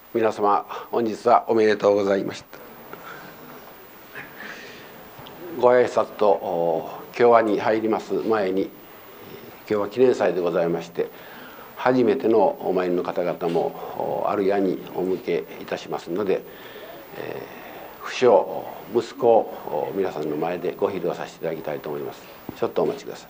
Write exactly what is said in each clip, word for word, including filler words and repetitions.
皆様本日はおめでとうございました。ご挨拶と京和に入ります前に、京和記念祭でございまして、初めてのお参りの方々もあるやにお向けいたしますので、えー、不肖息子を皆さんの前でご披露させていただきたいと思います。ちょっとお待ちください。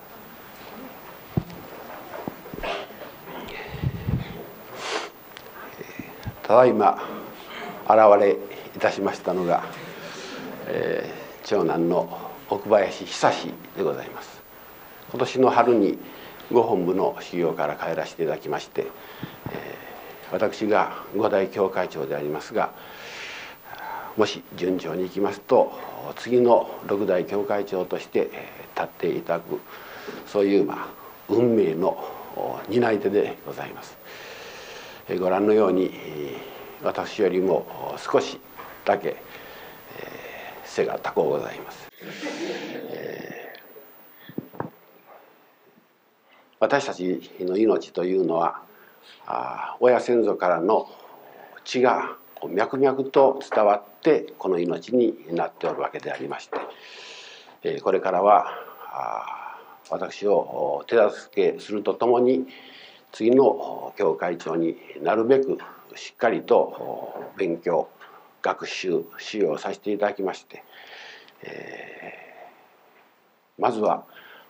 ただいま現れいたしましたのが、えー、長男の奥林久志でございます。今年の春にご本部の修行から帰らせていただきまして、えー、私が五代教会長でありますが、もし順調にいきますと次の六代教会長として立っていただく、そういう、まあ、運命の担い手でございます。ご覧のように私よりも少しだけ背が高うございます。えー、私たちの命というのは親先祖からの血が脈々と伝わってこの命になっておるわけでありまして、これからは私を手助けするとともに次の教会長になるべくしっかりと勉強学習使用させていただきまして、えー、まずは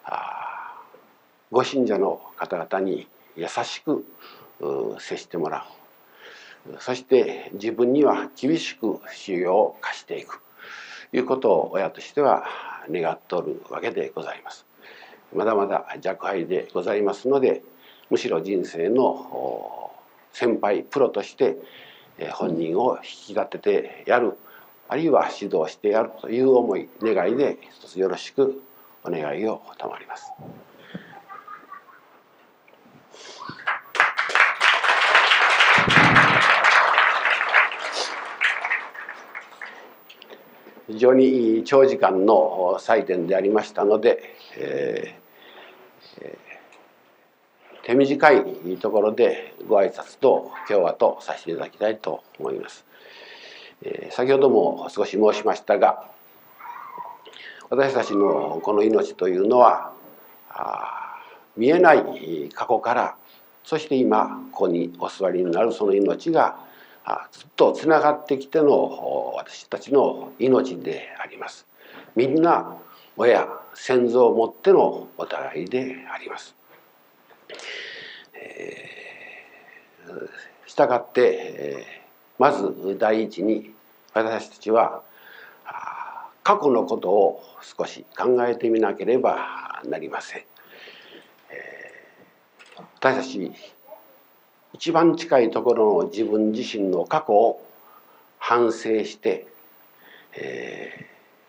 ご信者の方々に優しく接してもらう、そして自分には厳しく修行を課していくということを親としては願っておるわけでございます。まだまだ若輩でございますので、むしろ人生の先輩プロとして本人を引き立ててやる、あるいは指導してやるという思い願いで一つよろしくお願いを賜ります。非常に長時間の祭典でありましたので、えーえー手短いところでご挨拶と教和とさせていただきたいと思います。えー、先ほども少し申しましたが、私たちのこの命というのは見えない過去から、そして今ここにお座りになるその命がずっとつながってきての私たちの命であります。みんな親先祖をもってのお互いであります。したがって、まず第一に私たちは過去のことを少し考えてみなければなりません。私たち一番近いところの自分自身の過去を反省して、え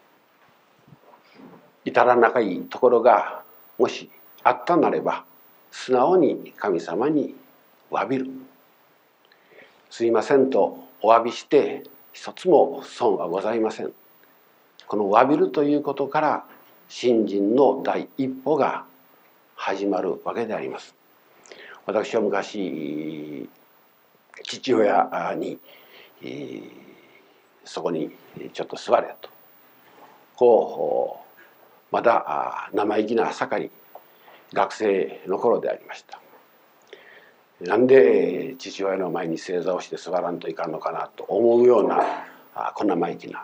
ー、至らなかいところがもしあったなれば素直に神様に詫びる。すいませんとお詫びして一つも損はございません。この詫びるということから信心の第一歩が始まるわけであります。私は昔父親にそこにちょっと座れと、こうまだ生意気な盛り学生の頃でありました。なんで父親の前に正座をして座らんといかんのかなと思うようなこんな生意気な、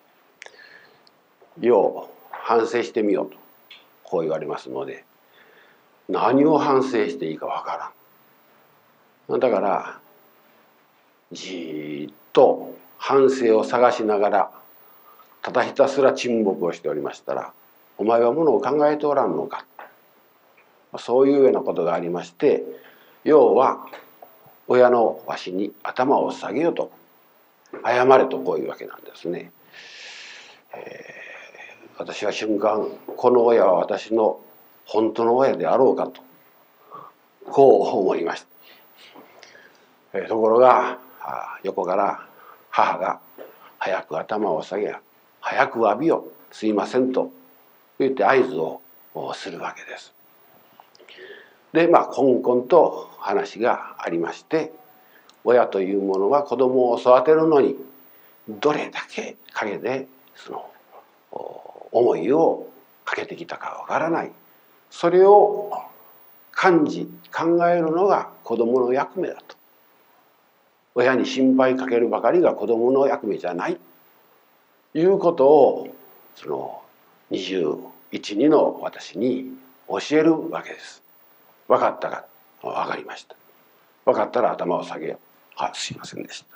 よう反省してみようとこう言われますので、何を反省していいかわからん。だからじーっと反省を探しながらただひたすら沈黙をしておりましたら、お前はものを考えておらんのか、そういうようなことがありまして、要は親のわしに頭を下げよと、謝れとこういうわけなんですね。えー、私は瞬間、この親は私の本当の親であろうかとこう思いました。えー、ところが横から母が早く頭を下げや、早く詫びよ、すいませんと言って合図をするわけです。でまあこんこんと話がありまして、 親というものは子供を育てるのにどれだけ陰でその思いをかけてきたかわからない。それを感じ考えるのが子供の役目だと。親に心配かけるばかりが子供の役目じゃないということをそのにじゅういち、にの私に教えるわけです。分かったか。分かりました。分かったら頭を下げよう。あ、すいませんでした。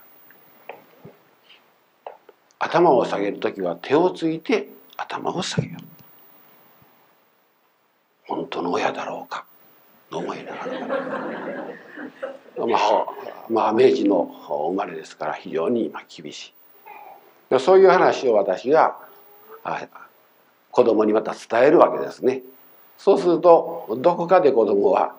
頭を下げるときは手をついて頭を下げよう。本当の親だろうかと思いながら、まあ、まあ明治の生まれですから非常に厳しい。そういう話を私が子供にまた伝えるわけですね。そうするとどこかで子供は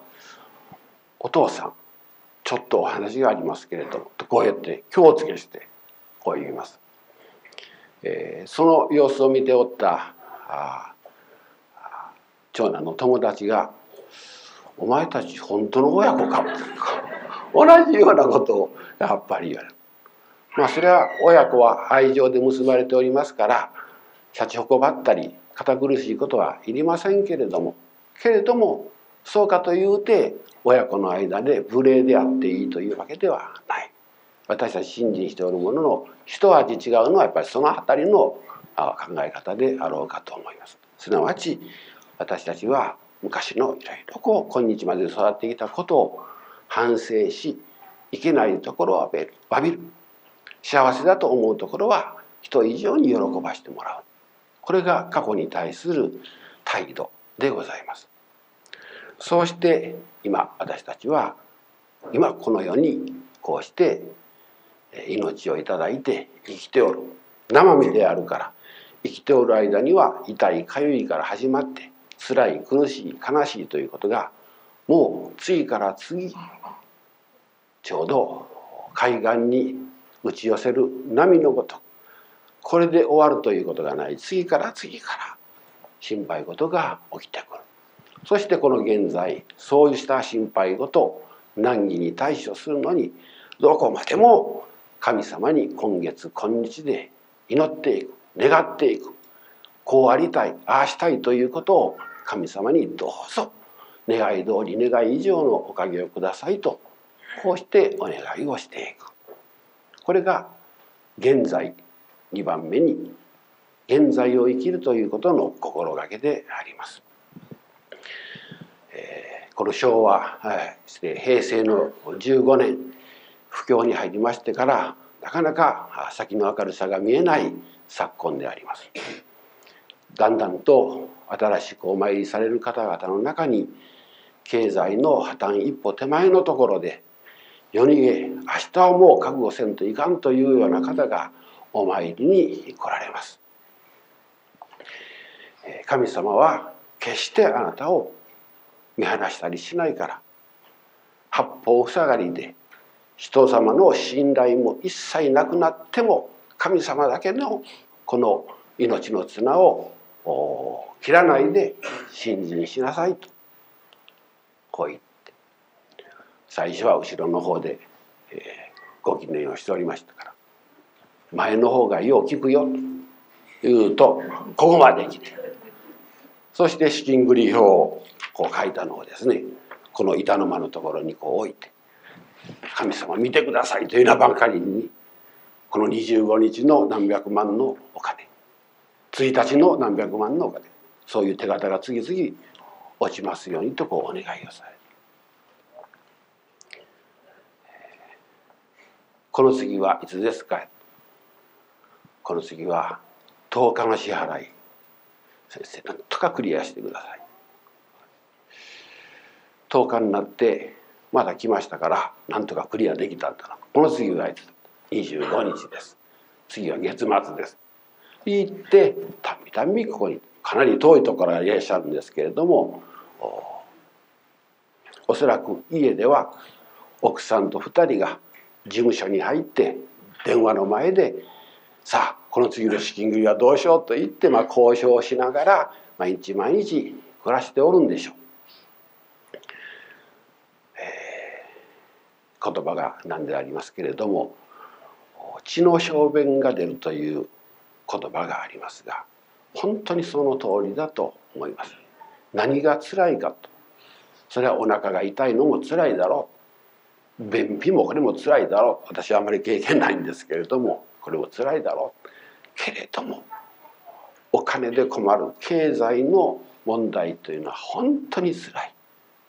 「お父さんちょっとお話がありますけれども」とこうやって気をつけしてこう言います。えー、その様子を見ておったあ長男の友達が「お前たち本当の親子か」同じようなことをやっぱり言われる。まあそれは親子は愛情で結ばれておりますからシャチホコばったり堅苦しいことはいりませんけれどもけれどもそうかというて親子の間で無礼であっていいというわけではない。私たち信心しておるものの一味違うのはやっぱりその辺りの考え方であろうかと思います。すなわち私たちは昔のいろいろこう今日まで育ってきたことを反省しいけないところは詫びる。幸せだと思うところは人以上に喜ばしてもらう。これが過去に対する態度でございます。そうして今私たちは今この世にこうして命をいただいて生きておる。生身であるから生きておる間には痛いかゆいから始まって辛い苦しい悲しいということがもう次から次ちょうど海岸に打ち寄せる波のごとくこれで終わるということがない次から次から心配事が起きてくる。そしてこの現在そうした心配事難儀に対処するのにどこまでも神様に今月今日で祈っていく願っていくこうありたいああしたいということを神様にどうぞ願い通り願い以上のおかげをくださいとこうしてお願いをしていく。これが現在にばんめに現在を生きるということの心がけであります。えー、この昭和、平成のじゅうごねん不況に入りましてからなかなか先の明るさが見えない昨今であります。だんだんと新しくお参りされる方々の中に経済の破綻一歩手前のところで夜逃げ明日はもう覚悟せんといかんというような方がお参りに来られます。神様は決してあなたを見放したりしないから八方塞がりで人様の信頼も一切なくなっても神様だけのこの命の綱を切らないで信心しなさいとこう言って最初は後ろの方で、えー、ご記念をしておりましたから前の方がよう聞くよと言うとここまで来てそして資金繰り表をこう書いたのをですねこの板の間のところにこう置いて神様見てくださいというようなばかりにこのにじゅうごにちの何百万のお金ついたちの何百万のお金そういう手形が次々落ちますようにとこうお願いをされる。この次はいつですか。この次はとおかの支払い先生なんとかクリアしてください。とおかになってまだ来ましたからなんとかクリアできたんだな。この次はいつにじゅうごにちです。次は月末です。言ってたびたびここにかなり遠いところからいらっしゃるんですけれども お, おそらく家では奥さんとふたりが事務所に入って電話の前でさあこの次の資金繰りはどうしようと言って、まあ、交渉しながら毎日毎日暮らしておるんでしょう。えー、 言葉が何でありますけれども、血の小便が出るという言葉がありますが、本当にその通りだと思います。何が辛いかと、それはお腹が痛いのも辛いだろう、便秘もこれも辛いだろう、私はあまり経験ないんですけれどもこれも辛いだろうけれども、お金で困る経済の問題というのは本当に辛い。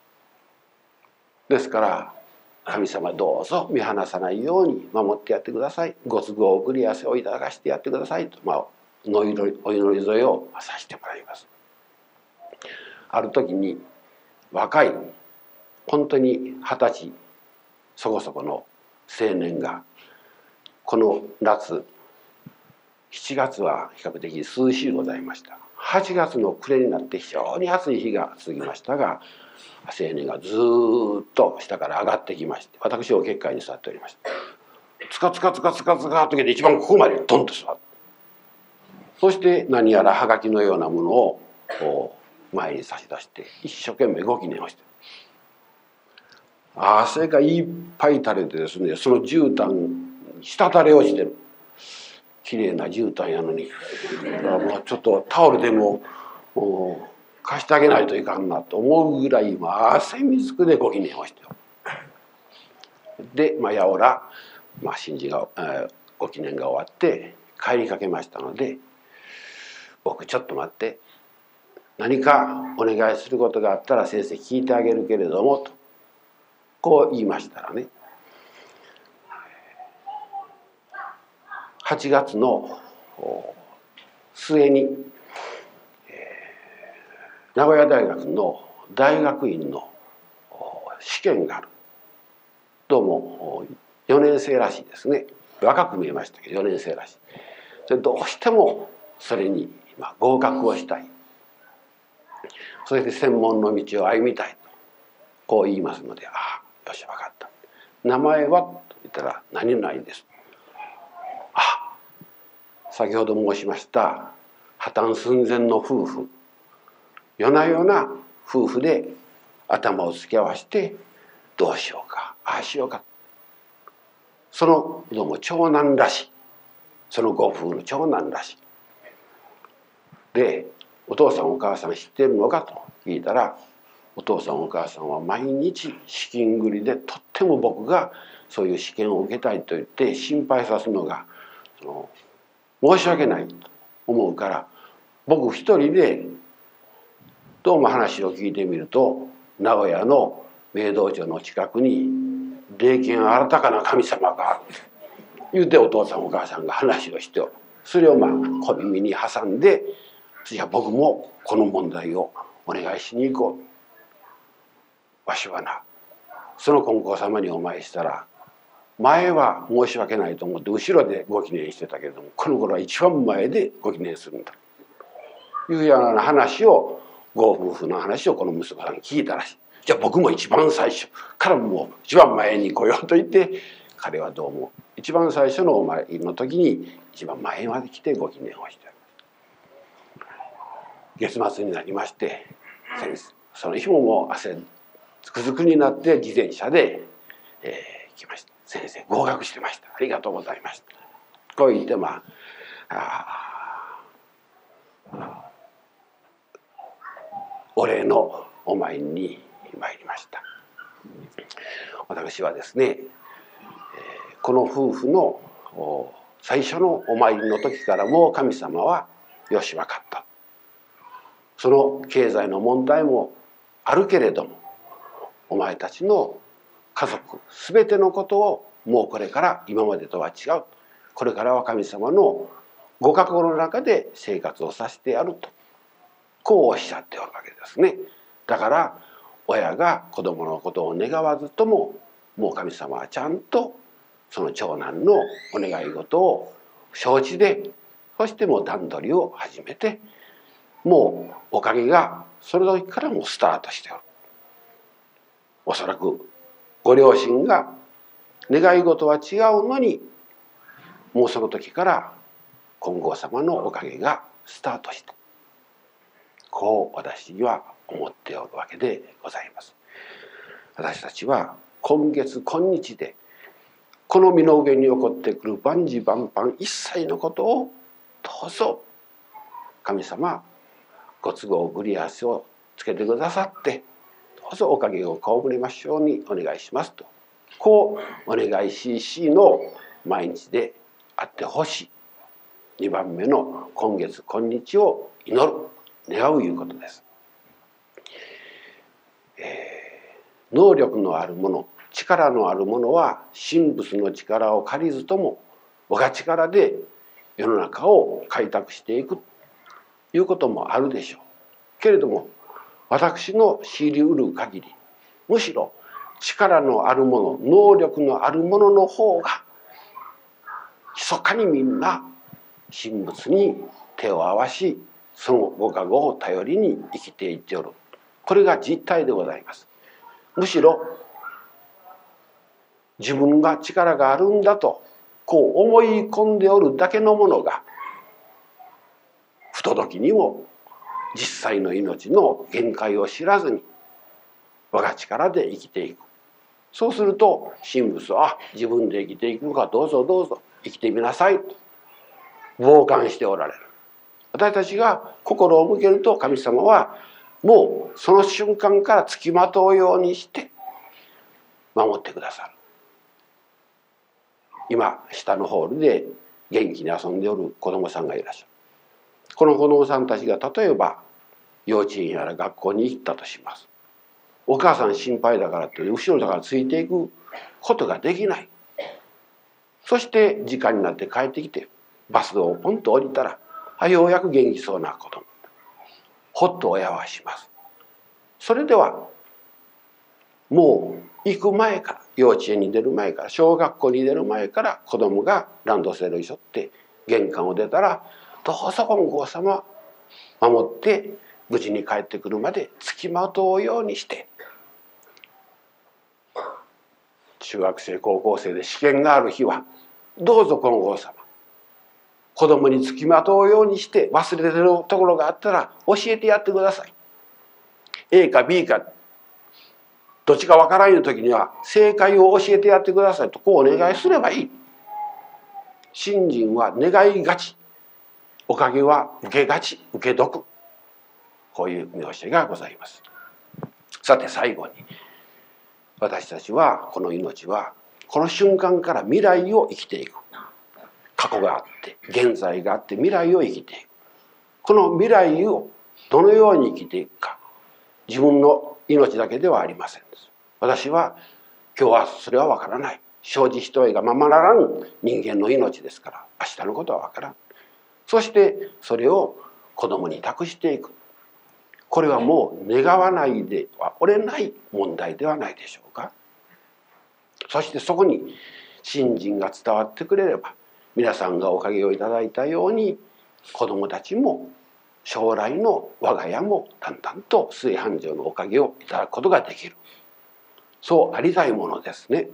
ですから神様どうぞ見放さないように守ってやってください、ご都合送り合わせをいただかしてやってくださいと、まあ、お祈りお祈り添えをさせてもらいます。ある時に若い本当に二十歳そこそこの青年が、この夏しちがつは比較的涼しいございました。はちがつの暮れになって非常に暑い日が続きましたが、青年がずっと下から上がってきまして、私を結界に座っておりました。つかつかつかつかつかと一番ここまでドンと座って、そして何やらはがきのようなものをこう前に差し出して一生懸命ご祈念をして、汗がいっぱい垂れてですね、その絨毯滴れ落ちてるきれいな絨毯やのに、もうちょっとタオルでも貸してあげないといかんなと思うぐらい、まあ、汗水くでご祈念をしてで、まあ、やおら、まあ、神事が、えー、ご祈念が終わって帰りかけましたので、僕ちょっと待って、何かお願いすることがあったら先生聞いてあげるけれどもとこう言いましたらね、はちがつの末に、えー、名古屋大学の大学院の試験がある。どうもよねん生らしいですね。若く見えましたけどよねん生らしい。それどうしてもそれに合格をしたい、それで専門の道を歩みたいとこう言いますので、ああよし分かった、名前はと言ったら何々です。あ、先ほど申しました破綻寸前の夫婦、夜な夜な夫婦で頭を突き合わせてどうしようかああしようか、そのどうも長男らしい、そのご夫婦の長男らしい。で、お父さんお母さん知っているのかと聞いたら、お父さんお母さんは毎日資金繰りでとっても僕がそういう試験を受けたいと言って心配さすのがその申し訳ないと思うから、僕一人でどうも話を聞いてみると、名古屋の明道場の近くに霊験新たかな神様がある言うて、お父さんお母さんが話をして、それをまあ小耳に挟んで、じゃあ僕もこの問題をお願いしに行こう。わしはな、その金光様にお参りしたら、前は申し訳ないと思って後ろでご祈念してたけれども、この頃は一番前でご祈念するんだというような話を、ご夫婦の話をこの息子さんに聞いたらしい。じゃあ僕も一番最初からもう一番前に来ようと言って、彼はどうも一番最初のお参りの時に一番前まで来てご祈念をして月末になりまして、先生その日ももう汗つくづくになって自転車で、えー、来ました。先生合格してました、ありがとうございました、こう言って、まあ、あお礼のお参りに参りました。私はですね、えー、この夫婦の最初のお参りの時からも神様はよし分かった、その経済の問題もあるけれどもお前たちの家族全てのことをもうこれから今までとは違う、これからは神様のご加護の中で生活をさせてやるとこうおっしゃっておるわけですね。だから親が子供のことを願わずとも、もう神様はちゃんとその長男のお願い事を承知で、そしてもう段取りを始めて、もうおかげがその時からもうスタートしておる。おそらくご両親が願い事は違うのに、もうその時から金剛様のおかげがスタートした、こう私には思っておるわけでございます。私たちは今月今日でこの身の上に起こってくる万事万般一切のことをどうぞ神様ご都合ぶり足をつけてくださってどうぞおかげを被りましょうにお願いしますと、こうお願いししの毎日であってほしい。にばんめの今月今日を祈る願ういうことです。えー、能力のあるもの、力のあるものは神仏の力を借りずとも我が力で世の中を開拓していくということもあるでしょうけれども、私の知りうる限りむしろ力のあるもの、能力のあるものの方が密かにみんな神仏に手を合わし、そのご加護を頼りに生きていっておる。これが実態でございます。むしろ自分が力があるんだとこう思い込んでおるだけのものが不届きにも実際の命の限界を知らずに我が力で生きていく。そうすると神仏はあ自分で生きていくのか、どうぞどうぞ生きてみなさいと傍観しておられる。私たちが心を向けると神様はもうその瞬間からつきまとうようにして守ってくださる。今下のホールで元気に遊んでおる子どもさんがいらっしゃる。この子どもさんたちが例えば幼稚園やら学校に行ったとします。お母さん心配だからって後ろだからついていくことができない。そして時間になって帰ってきてバスをポンと降りたらあようやく元気そうな子ども、ほっと親はします。それではもう行く前から、幼稚園に出る前から、小学校に出る前から子どもがランドセルを背負って玄関を出たらどうぞ金剛様守って無事に帰ってくるまでつきまとうようにして、中学生高校生で試験がある日はどうぞ金剛様子供につきまとうようにして忘れてるところがあったら教えてやってください。A か B かどっちかわからない時には正解を教えてやってくださいとこうお願いすればいい。信心は願いがち、おかげは受けがち、受け得、こういう見教えがございます。さて最後に、私たちはこの命はこの瞬間から未来を生きていく。過去があって現在があって未来を生きていく。この未来をどのように生きていくか、自分の命だけではありませんです。私は今日はそれは分からない。生じ一重がままならん人間の命ですから明日のことは分からん。そしてそれを子供に託していく。これはもう願わないではおれない問題ではないでしょうか。そしてそこに信心が伝わってくれれば、皆さんがおかげをいただいたように子どもたちも将来の我が家もだんだんと末繁盛のおかげをいただくことができる。そうありたいものですね。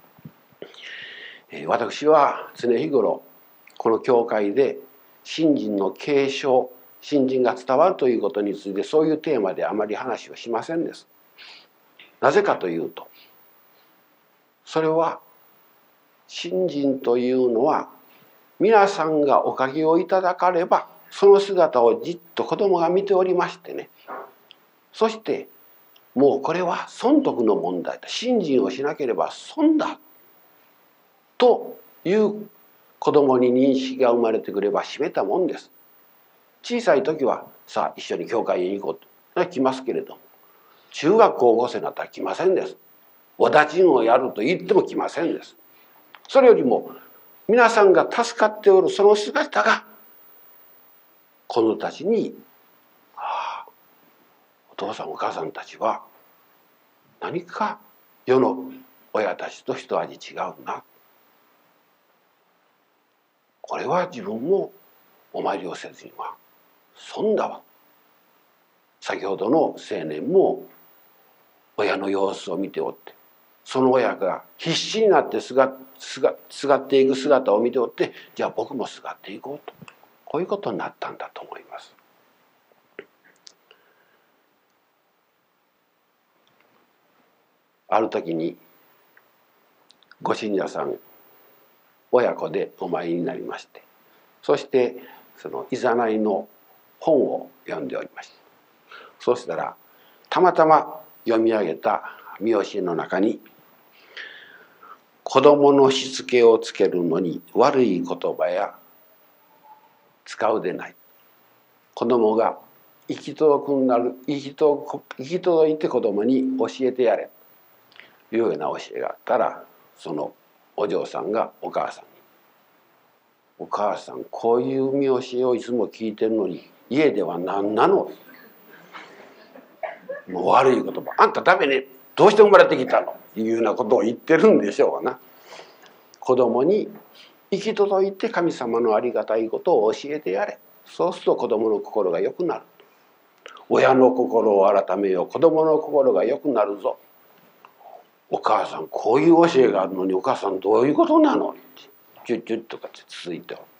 えー、私は常日頃この教会で信心の継承、信心が伝わるということについてそういうテーマであまり話をしませんです。なぜかというと、それは信心というのは皆さんがおかげをいただかればその姿をじっと子供が見ておりましてね、そしてもうこれは損得の問題だ、信心をしなければ損だという子供に認識が生まれてくれば閉めたもんです。小さい時はさあ一緒に教会へ行こうと来ますけれども、中学高校生になったら来ませんです。お立ちんをやると言っても来ませんです。それよりも皆さんが助かっておるその姿が子供たちに、ああお父さんお母さんたちは何か世の親たちと一味違うな、これは自分もお参りをせずには損だわ。先ほどの青年も親の様子を見ておって、その親が必死になってすがすがすがっていく姿を見ておって、じゃあ僕もすがっていこうと、こういうことになったんだと思います。ある時にご信者さん親子でお参りになりまして、そしてそのいざないの本を読んでおりました。そうしたらたまたま読み上げた見教えの中に「子供のしつけをつけるのに悪い言葉や使うでない。子供が行き届くなる行き届行き届いて子供に教えてやれ」というような教えがあったら、そのお嬢さんがお母さんに「お母さん、こういう見教えをいつも聞いてるのに家では何なの？もう悪い言葉、あんたダメね、どうして生まれてきたの？」いうようなことを言ってるんでしょうな。子供に行き届いて神様のありがたいことを教えてやれ。そうすると子供の心が良くなる。親の心を改めよう。子供の心が良くなるぞ。お母さん、こういう教えがあるのにお母さんどういうことなの？チュッチュッとかって続いておる。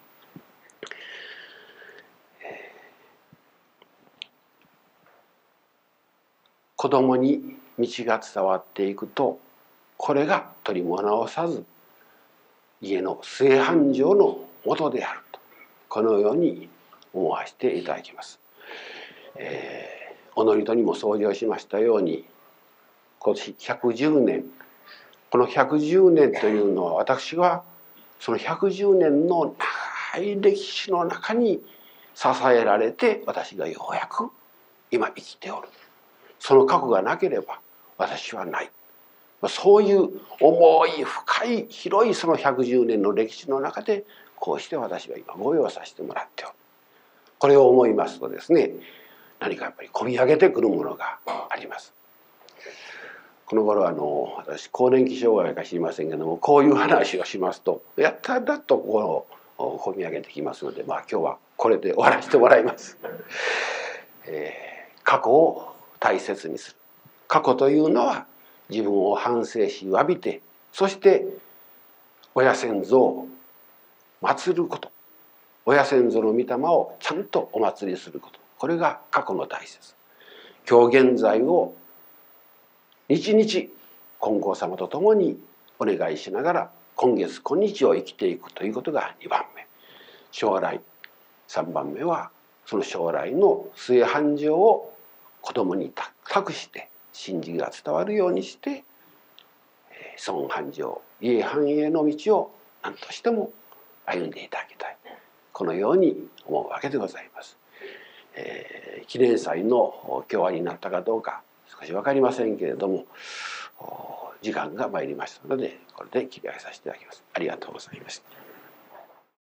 子供に道が伝わっていくと、これが取りも直さず家の末繁盛の元であると、このように思わせていただきます。えー、お祝詞にも登場しましたように、今年ひゃくじゅうねん、このひゃくじゅうねんというのは、私はそのひゃくじゅうねんの長い歴史の中に支えられて、私がようやく今生きておる。その過去がなければ私はない。そういう重い深い広いそのひゃくじゅうねんの歴史の中で、こうして私は今ご用させてもらっておる。これを思いますとですね、何かやっぱり込み上げてくるものがあります。この頃あの私更年期障害か知りませんけども、こういう話をしますとやったらとこう込み上げてきますので、まあ今日はこれで終わらせてもらいます。えー、過去を大切にする。過去というのは自分を反省し詫びて、そして親先祖を祀ること、親先祖の御霊をちゃんとお祭りすること、これが過去の大切。今日現在を日々金光様と共にお願いしながら今月今日を生きていくということがにばんめ。将来さんばんめはその将来の末繁盛を子供に託して信心が伝わるようにして孫繁盛家繁栄の道を何としても歩んでいただきたい、このように思うわけでございます。えー、記念祭の今日はになったかどうか少し分かりませんけれども、時間が参りましたのでこれで切り上げさせていただきます。ありがとうございました。